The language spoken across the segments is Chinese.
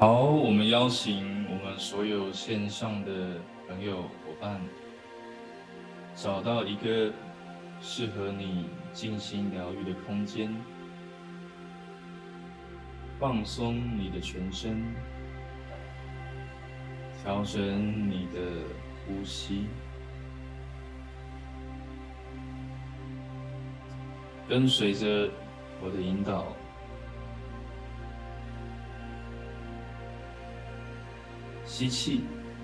好，我们邀请我们所有线上的朋友伙伴，找到一个适合你静心疗愈的空间，放松你的全身，调整你的呼吸，跟随着我的引导，吸气，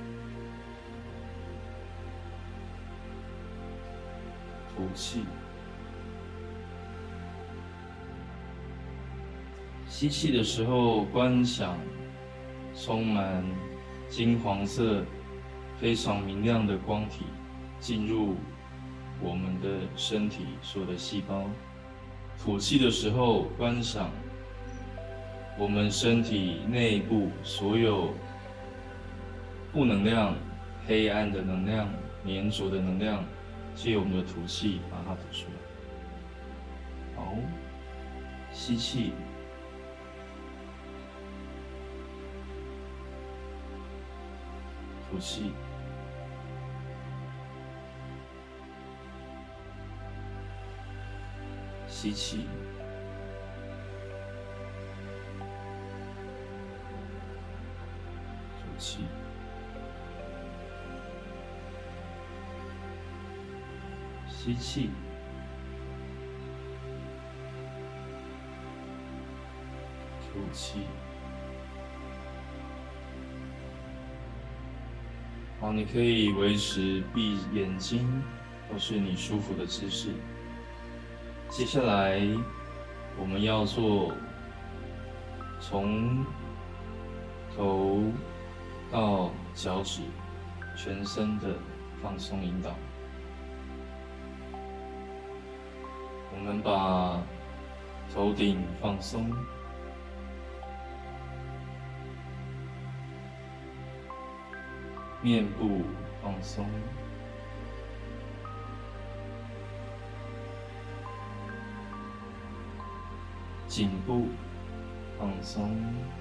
吐气。吸气的时候，观想充满金黄色、非常明亮的光体进入我们的身体所有的细胞。吐气的时候，观想我们身体内部所有负能量、黑暗的能量、粘着的能量，借由我们的吐气把它吐出来。好，吸气。吐气，吸气，吐气，吸气，吐气。好，你可以维持闭眼睛，或是你舒服的姿势。接下来，我们要做从头到脚趾全身的放松引导。我们把头顶放松。面部放松，颈部放松，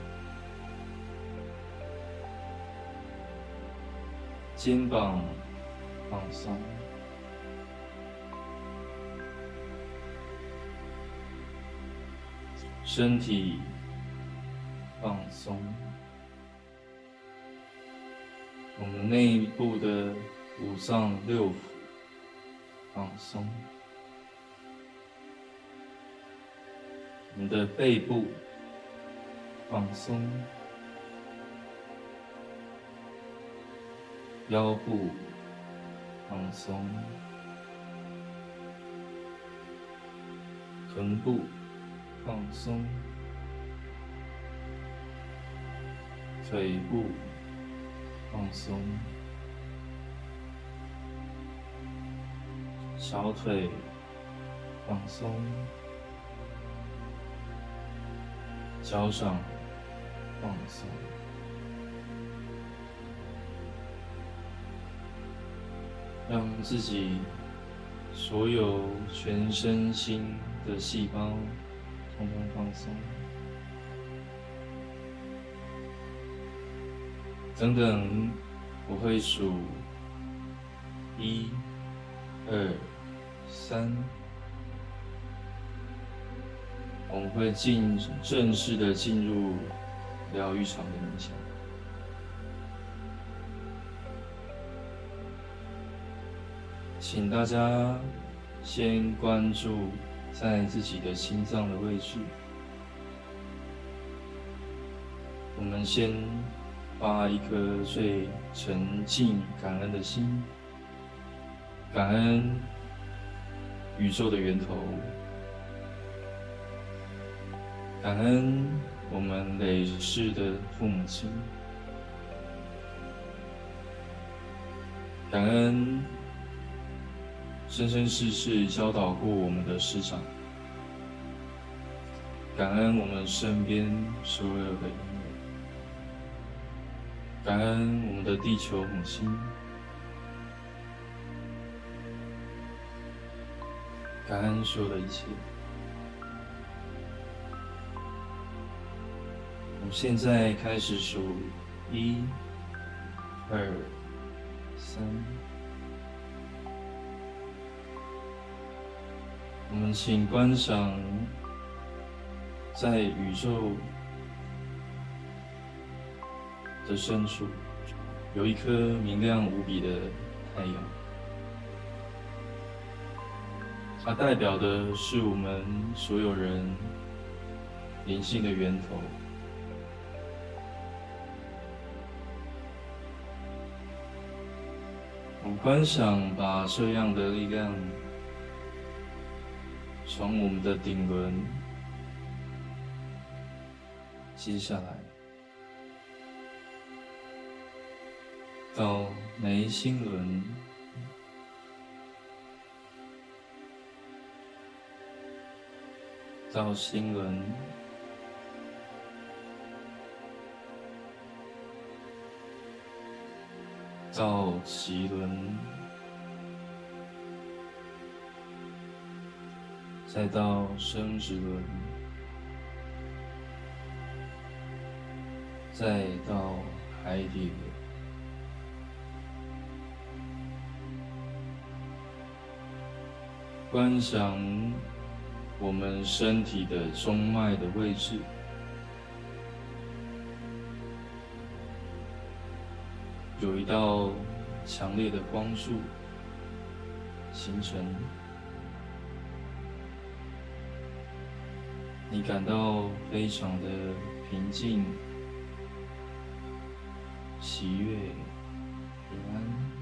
肩膀放松，身体放松。我们内部的五脏六腑放松，我们的背部放松，腰部放松，臀部放松，腿部放松，小腿放松，脚掌放松，让自己所有全身心的细胞统统放松。等等，我会数1、2、3，我们会正式的进入疗愈场的冥想。请大家先关注在自己的心脏的位置，我们先发一颗最沉静、感恩的心，感恩宇宙的源头，感恩我们累世的父母亲，感恩生生世世教导过我们的师长，感恩我们身边所有的因缘，感恩我们的地球母亲，感恩所有的一切。我现在开始数1、2、3。我们请观赏，在宇宙的深处，有一颗明亮无比的太阳，它代表的是我们所有人灵性的源头。我们观想，把这样的力量从我们的顶轮接下来，到眉心轮，到心轮，到脐轮，再到生殖轮，再到海底轮。观想我们身体的中脉的位置，有一道强烈的光束形成，你感到非常的平静、喜悦、平安。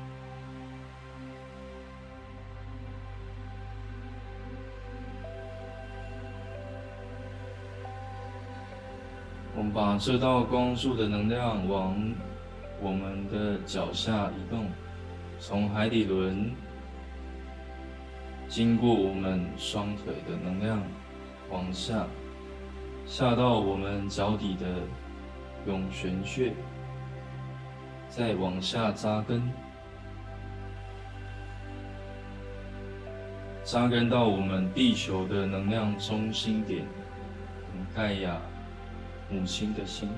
我们把这道光束的能量往我们的脚下移动，从海底轮经过我们双腿的能量往下，下到我们脚底的涌泉穴，再往下扎根，扎根到我们地球的能量中心点，盖亚母亲的心，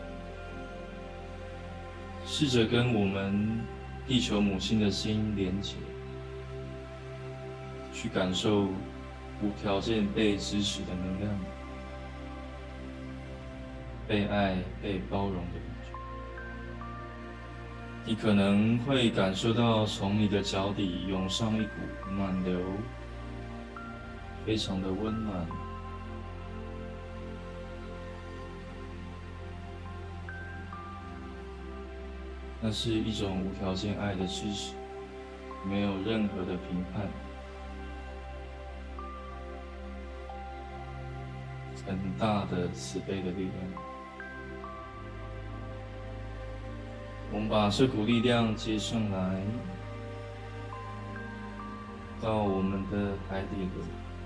试着跟我们地球母亲的心连结，去感受无条件被支持的能量，被爱、被包容的感觉。你可能会感受到从你的脚底涌上一股暖流，非常的温暖。那是一种无条件爱的支持，没有任何的评判，很大的慈悲的力量。我们把这股力量接上来，到我们的海底轮。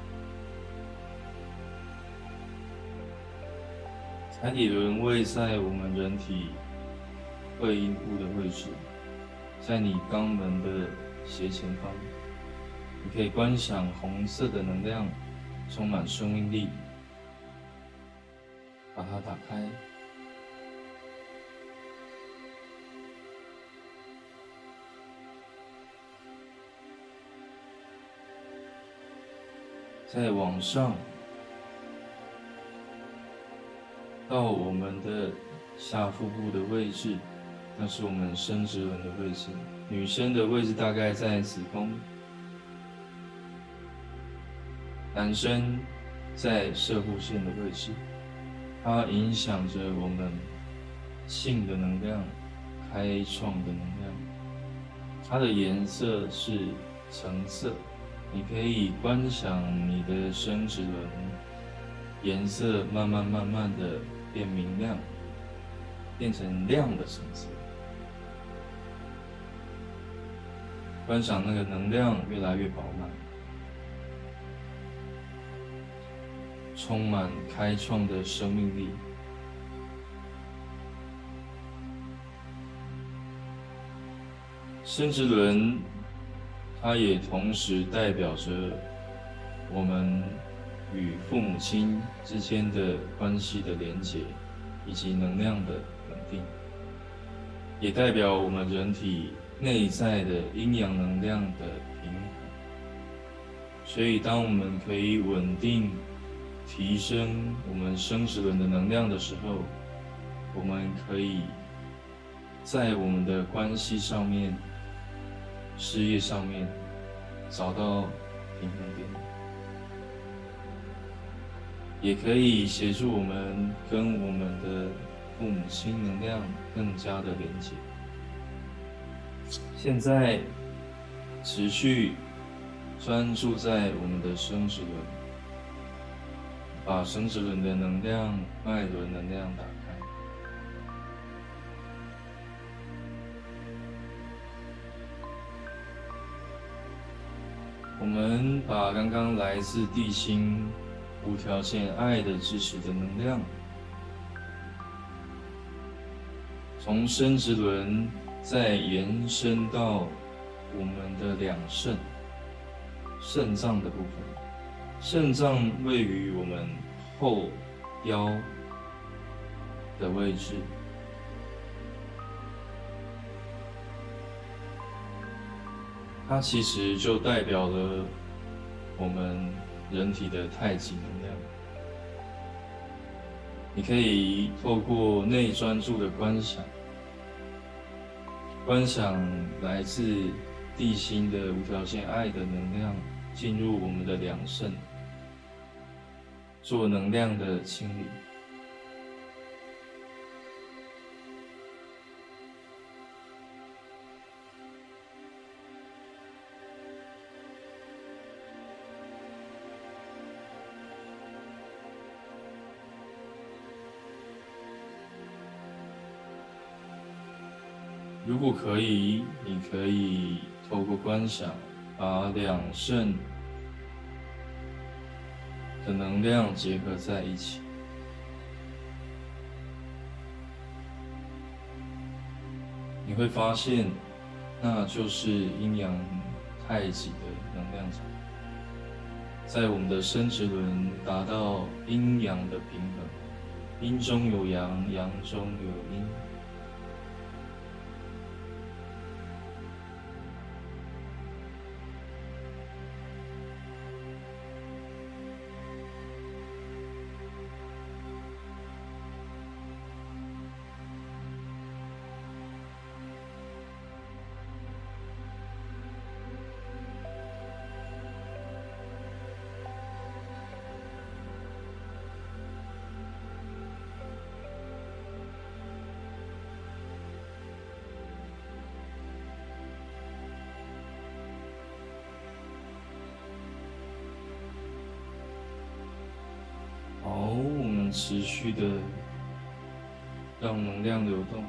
海底轮位在我们人体会阴部的位置，在你肛门的斜前方。你可以观想红色的能量充满生命力，把它打开。再往上，到我们的下腹部的位置，那是我们生殖轮的位置。女生的位置大概在子宫，男生在射护腺的位置。它影响着我们性的能量、开创的能量。它的颜色是橙色。你可以观想你的生殖轮颜色慢慢的变明亮，变成亮的橙色。观想那个能量越来越饱满，充满开创的生命力。生殖轮它也同时代表着我们与父母亲之间的关系的连结。 以及能量的稳定，也代表我们人体内在的阴阳能量的平衡。所以，当我们可以稳定、提升我们生殖轮的能量的时候，我们可以在我们的关系上面、事业上面找到平衡点，也可以协助我们跟我们的父母亲能量更加的连结。现在持续专注在我们的生殖轮，把生殖轮的能量、脉轮能量打开。我们把刚刚来自地心无条件爱的支持的能量，从生殖轮再延伸到我们的两肾，肾脏的部分。肾脏位于我们后腰的位置，它其实就代表了我们人体的太极能量。你可以透过内专注的观想，来自地心的无条件爱的能量进入我们的两肾，做能量的清理。如果可以，你可以透过观想，把两肾的能量结合在一起。你会发现，那就是阴阳太极的能量场，在我们的生殖轮达到阴阳的平衡，阴中有阳，阳中有阴。好，我们持续的让能量流动。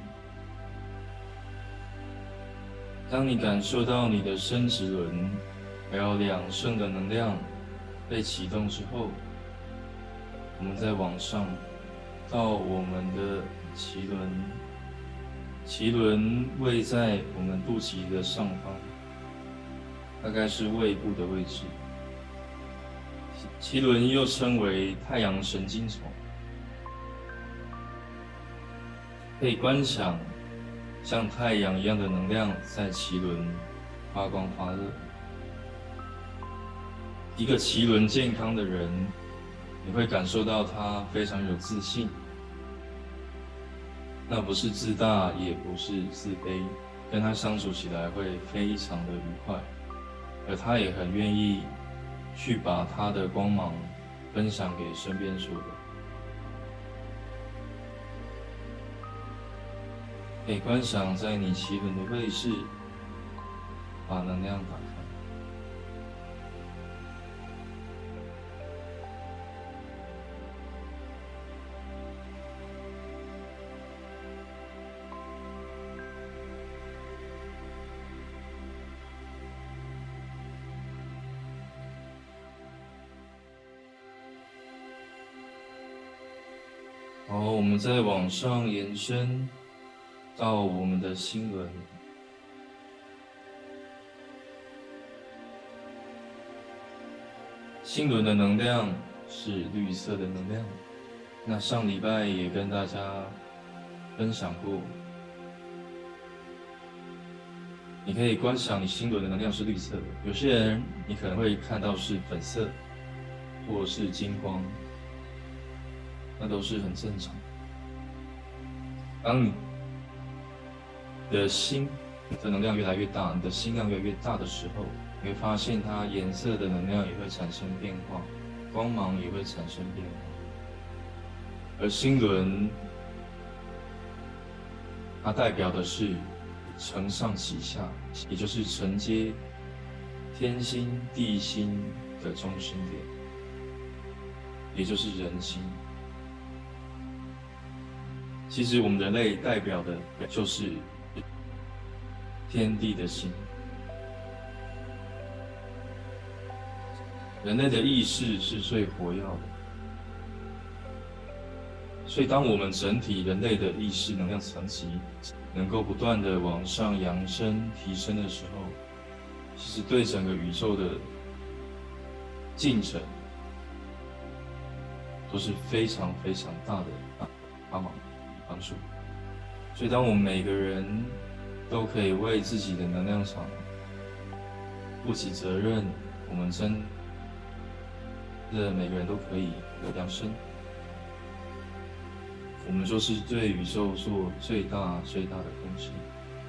当你感受到你的生殖轮还有两肾的能量被启动之后，我们再往上到我们的脐轮，脐轮位在我们肚脐的上方，大概是胃部的位置。脐轮又称为太阳神经丛，可以观想像太阳一样的能量在脐轮发光发热。一个脐轮健康的人，你会感受到他非常有自信，那不是自大，也不是自卑，跟他相处起来会非常的愉快，而他也很愿意去把他的光芒分享给身边所有人。可以观想在你脐轮的位置，把能量打开。好，我们再往上延伸到我们的心轮。心轮的能量是绿色的能量， 那上礼拜也跟大家分享过，你可以观想你心轮的能量是绿色的，有些人你可能会看到是粉色，或是金光，那都是很正常。当你的心的能量越来越大，你的心量越来越大的时候，你会发现它颜色的能量也会产生变化，光芒也会产生变化。而心轮，它代表的是承上启下，也就是承接天心、地心的中心点，也就是人心。其实我们人类代表的就是天地的心。人类的意识是最活跃的，所以当我们整体人类的意识能量层级能够不断的往上扬升、提升的时候，其实对整个宇宙的进程都是非常非常大的帮助。所以当我们每个人都可以为自己的能量场负起责任，我们真的每个人都可以扬升，我们就是对宇宙做最大的贡献。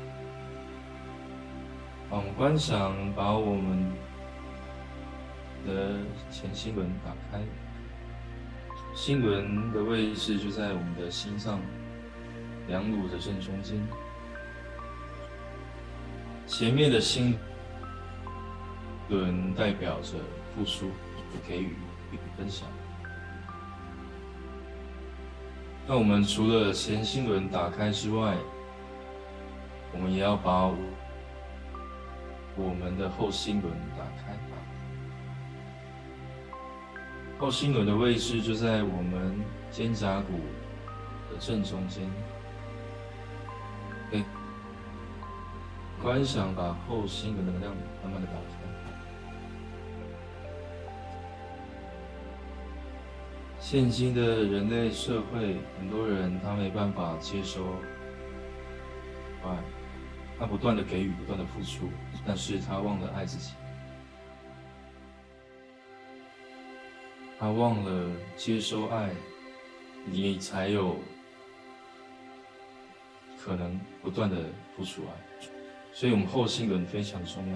我们观想把我们的前心轮打开，心轮的位置就在我们的心脏两乳的正中间，前面的心轮代表着付出、给予、分享。那我们除了前心轮打开之外，我们也要把我们的后心轮打开。后心轮的位置就在我们肩胛骨的正中间。观想把后心轮的能量慢慢的打开。现今的人类社会，很多人他没办法接收爱，他不断的给予，不断的付出，但是他忘了爱自己，他忘了接收爱，你才有可能不断的付出爱。所以我们后心轮非常重要。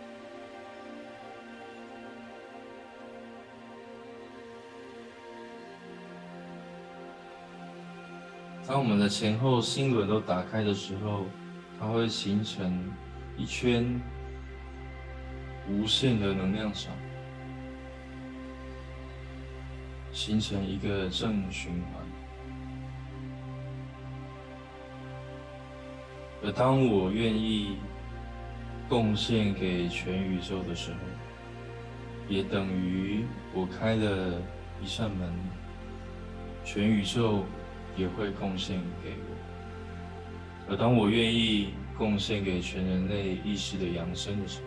当我们的前后心轮都打开的时候，它会形成一圈无限的能量场，形成一个正循环。而当我愿意贡献给全宇宙的时候，也等于我开了一扇门，全宇宙也会贡献给我。而当我愿意贡献给全人类意识的扬升的时候，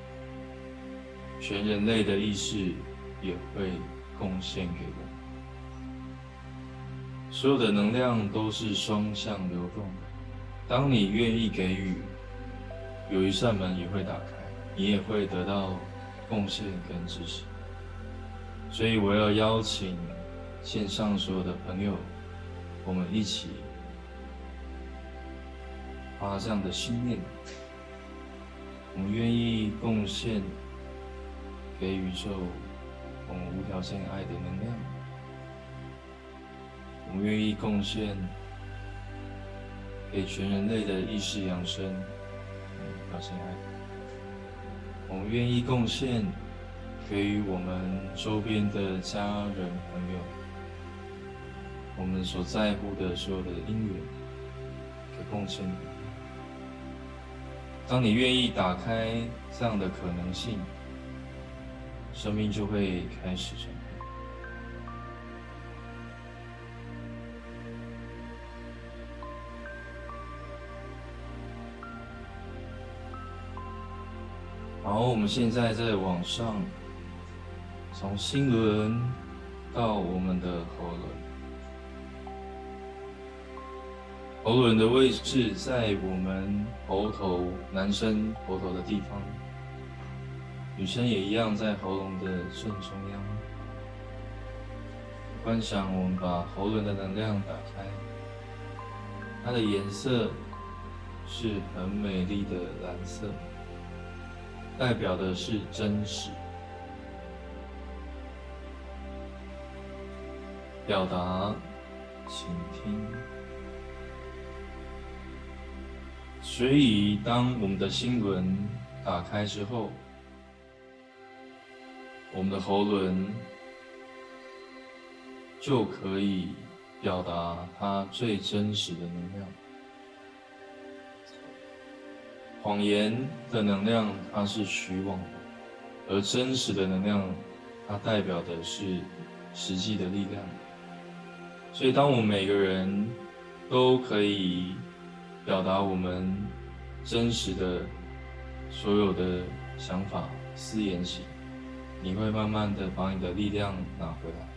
全人类的意识也会贡献给我。所有的能量都是双向流动的。当你愿意给予，有一扇门也会打开，你也会得到贡献跟支持。所以我要邀请线上所有的朋友，我们一起发这样的心念，我们愿意贡献给宇宙我们无条件爱的能量，我们愿意贡献给全人类的意识扬升，无条件爱，我们愿意贡献给予我们周边的家人朋友，我们所在乎的所有的因缘给贡献。当你愿意打开这样的可能性，生命就会开始成长。好，我们现在再往上，从心轮到我们的喉轮。 喉轮的位置在我们喉头，男生喉头的地方，女生也一样在喉咙的正中央。观想我们把喉轮的能量打开，它的颜色是很美丽的蓝色，代表的是真实，表达，倾听。所以，当我们的心轮打开之后，我们的喉轮就可以表达它最真实的能量。谎言的能量它是虚妄的，而真实的能量它代表的是实际的力量。所以，当我们每个人都可以表达我们真实的所有的想法、思言行，你会慢慢的把你的力量拿回来。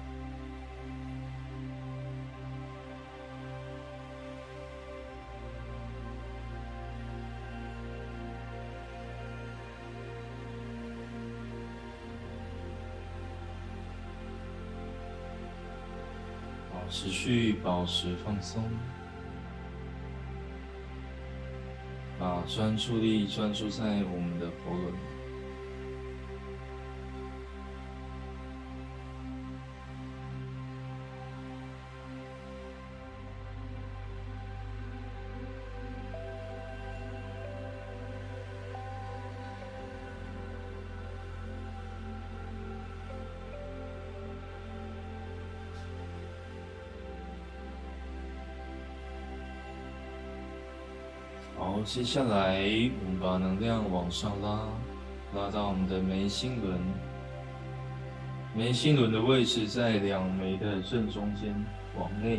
好，持续保持放松。把专注力专注在我们的喉轮，好，接下来我们把能量往上拉到我们的眉心轮。眉心轮的位置在两眉的正中间，往内，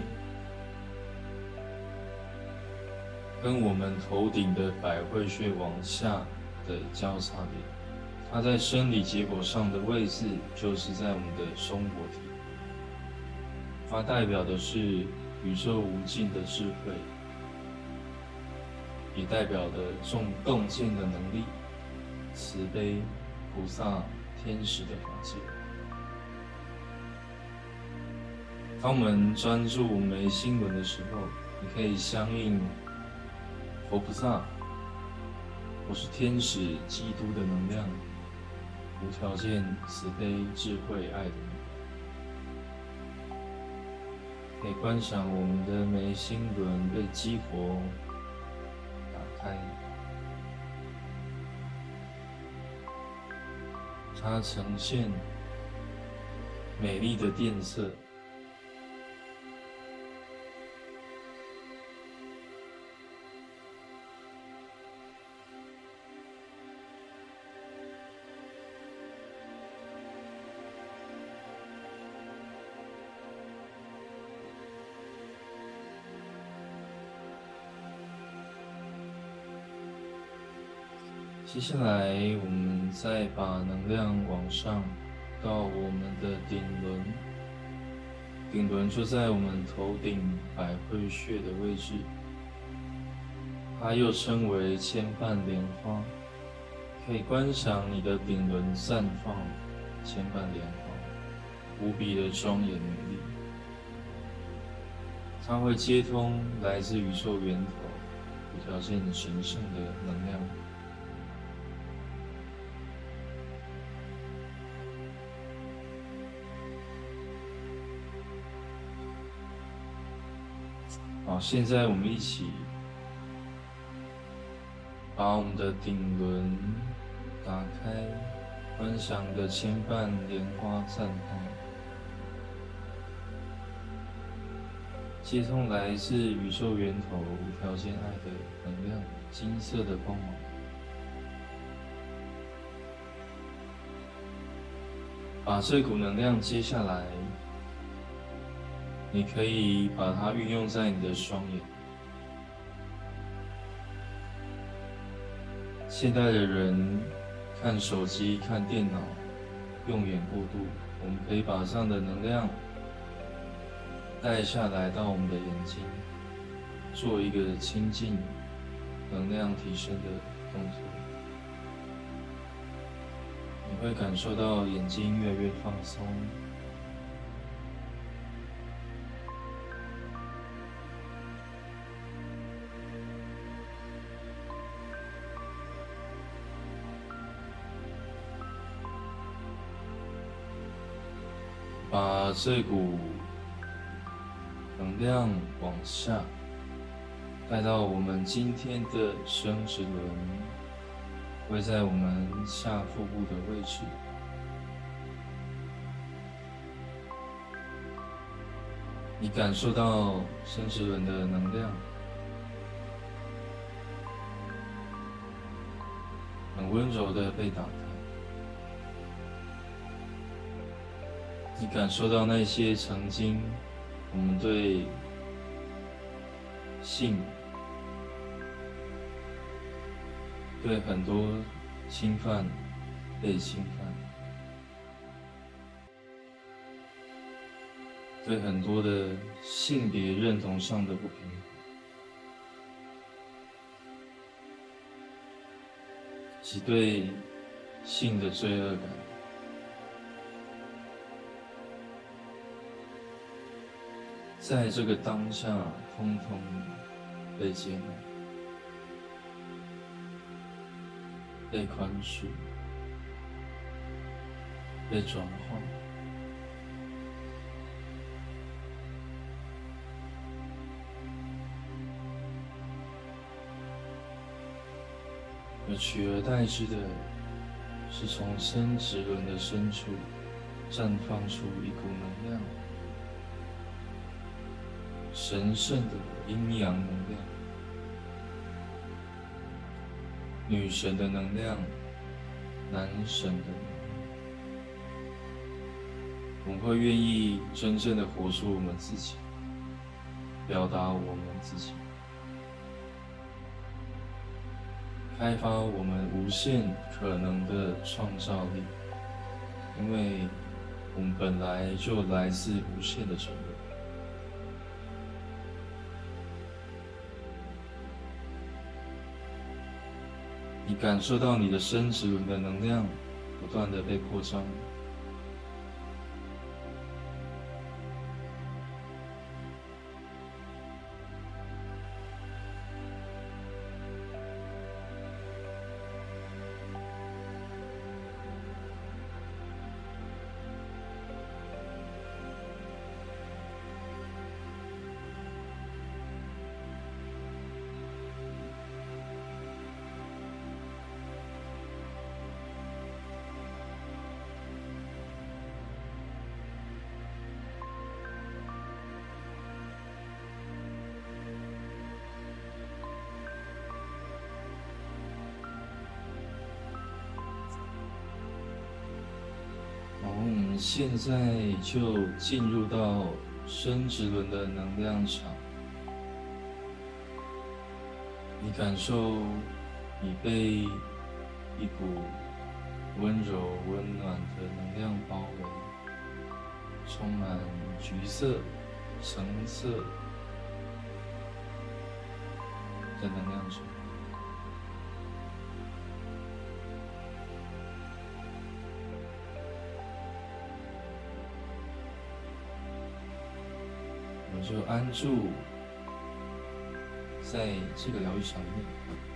跟我们头顶的百会穴往下的交叉点。它在生理结果上的位置就是在我们的松果体，它代表的是宇宙无尽的智慧。也代表的洞见的能力、慈悲、菩萨、天使的法界。当我们专注眉心轮的时候，你可以相应佛菩萨或是天使、基督的能量，无条件慈悲、智慧、爱的能量。可以观赏我们的眉心轮被激活。它呈现美丽的靛色，接下来，我们再把能量往上到我们的顶轮，顶轮就在我们头顶百会穴的位置，它又称为千瓣莲花。可以观赏你的顶轮绽放千瓣莲花，无比的庄严美丽。它会接通来自宇宙源头无条件神圣的能量。好，现在我们一起把我们的顶轮打开，观想的千瓣莲花绽放，接通来自宇宙源头无条件爱的能量，金色的光芒。把这股能量接下来，你可以把它运用在你的双眼。现代的人看手机、看电脑，用眼过度，我们可以把这样的能量带下来到我们的眼睛， 做一个清净、能量提升的动作。你会感受到眼睛越来越放松，把这股能量往下带到我们今天的生殖轮，会在我们下腹部的位置。你感受到生殖轮的能量很温柔的被打开，你感受到那些曾经我们对性、对很多侵犯、被侵犯，对很多的性别认同上的不平衡，以及对性的罪恶感，在这个当下，通通被接纳、被宽恕、被转化。而取而代之的是从生殖轮的深处绽放出一股能量，神圣的阴阳能量，女神的能量，男神的能量。我们会愿意真正的活出我们自己，表达我们自己，开发我们无限可能的创造力，因为我们本来就来自无限的成分。你感受到你的生殖轮的能量不断的被扩张，我们现在就进入到生殖轮的能量场，你感受你被一股温柔温暖的能量包围，充满橘色、橙色的能量场。我们就安住在这个疗愈场里面。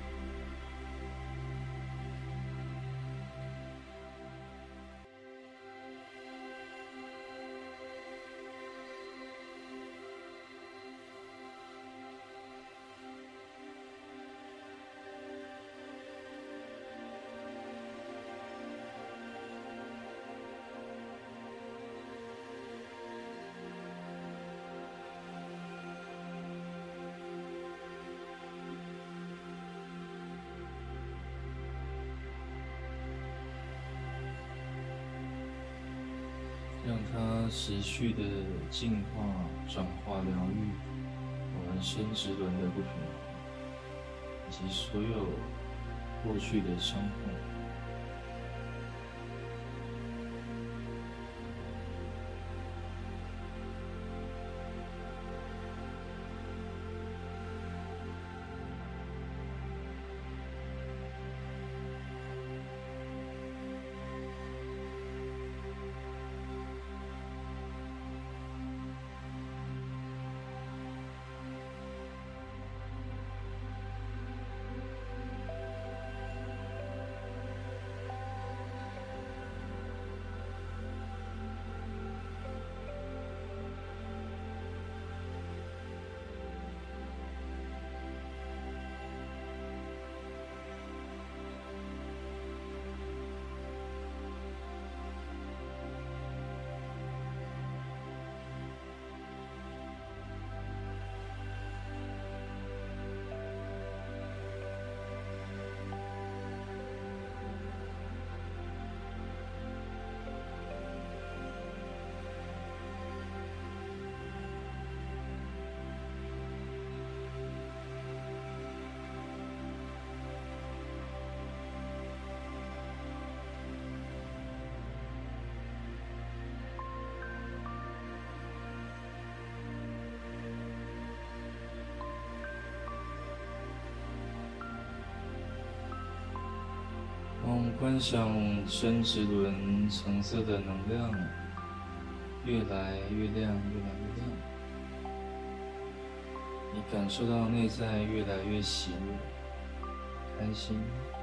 让它持续的净化、转化、疗愈我们生殖轮的不平衡，以及所有过去的伤痛。 我们观想生殖轮橙色的能量越来越亮，越来越亮。你感受到内在越来越喜悦、开心。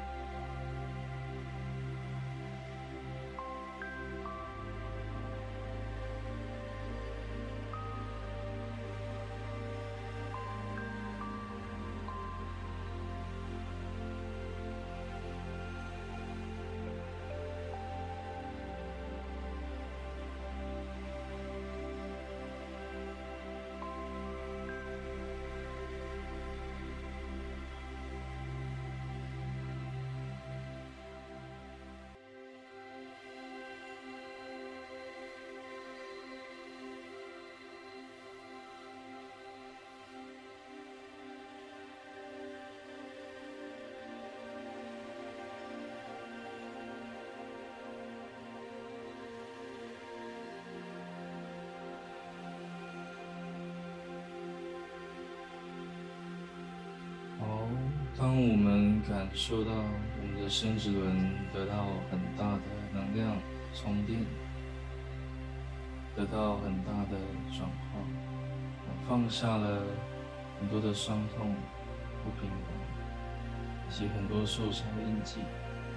当我们感受到我们的生殖轮得到很大的能量充电，得到很大的转化，放下了很多的伤痛、不平衡以及很多受伤的印记。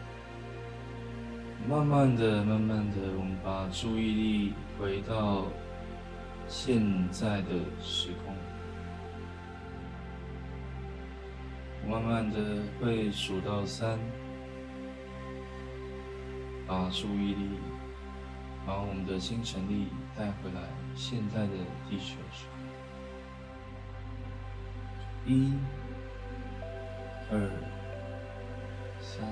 慢慢的，我们把注意力回到现在的时空。慢慢的会数到3，把注意力，把我们的精神力带回来现在的地球上。1、2、3。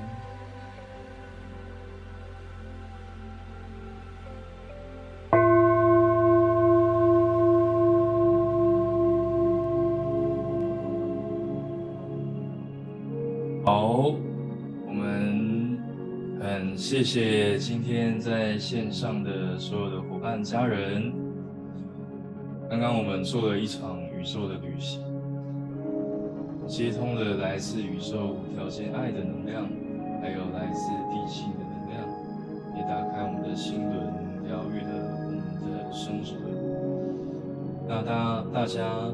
好，我们很谢谢今天在线上的所有的伙伴家人。刚刚我们做了一场宇宙的旅行，接通了来自宇宙无条件爱的能量，还有来自地心的能量，也打开我们的心轮，疗愈了我们的生殖轮。那大家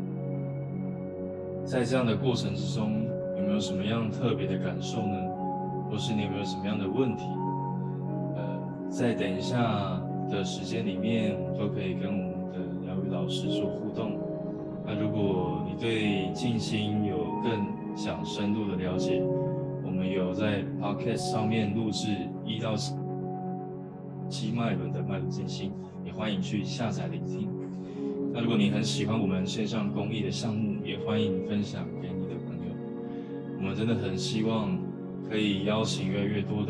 在这样的过程之中，有没有什么样特别的感受呢？或是你有没有什么样的问题？在等一下的时间里面，我们都可以跟我们的疗愈老师做互动。那如果你对静心有更想深入的了解，我们有在 Podcast 上面录制1到7脉轮的脉轮静心，也欢迎去下载聆听。那如果你很喜欢我们线上公益的项目，也欢迎分享给你的朋友。我们真的很希望可以邀请越来越多的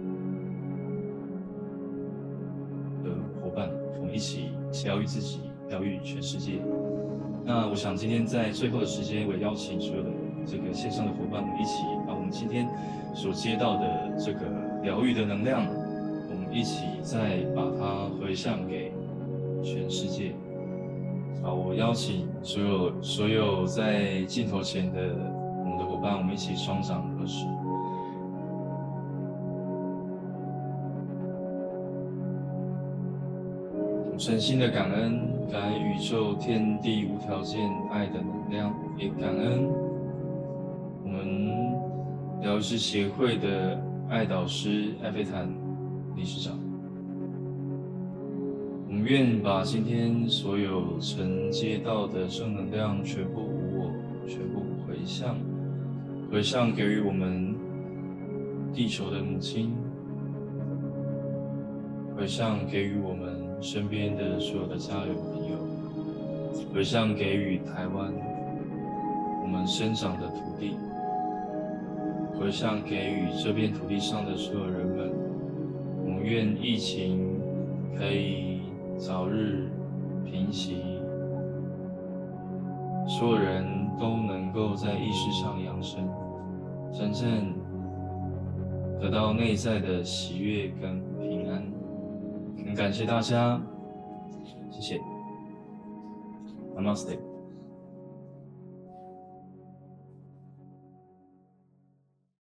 伙伴，我们一起疗愈自己，疗愈全世界。那我想今天在最后的时间，我也邀请所有的这个线上的伙伴，我们一起把我们今天所接到的这个疗愈的能量，我们一起再把它回向给全世界。好，我邀请所有在镜头前的我们的伙伴，我们一起双掌合十。诚心的感恩宇宙天地无条件爱的能量，也感恩我们疗愈师协会的爱导师艾菲坦理事长。我们愿把今天所有承接到的正能量全部无我，全部回向给予我们地球的母亲，回向给予我们身边的所有的家人朋友，回向给予台湾我们生长的土地，回向给予这片土地上的所有人们。我们愿疫情可以早日平息，所有人都能够在意识上扬升，真正得到内在的喜悦跟平安。很感谢大家，谢谢 ，Namaste。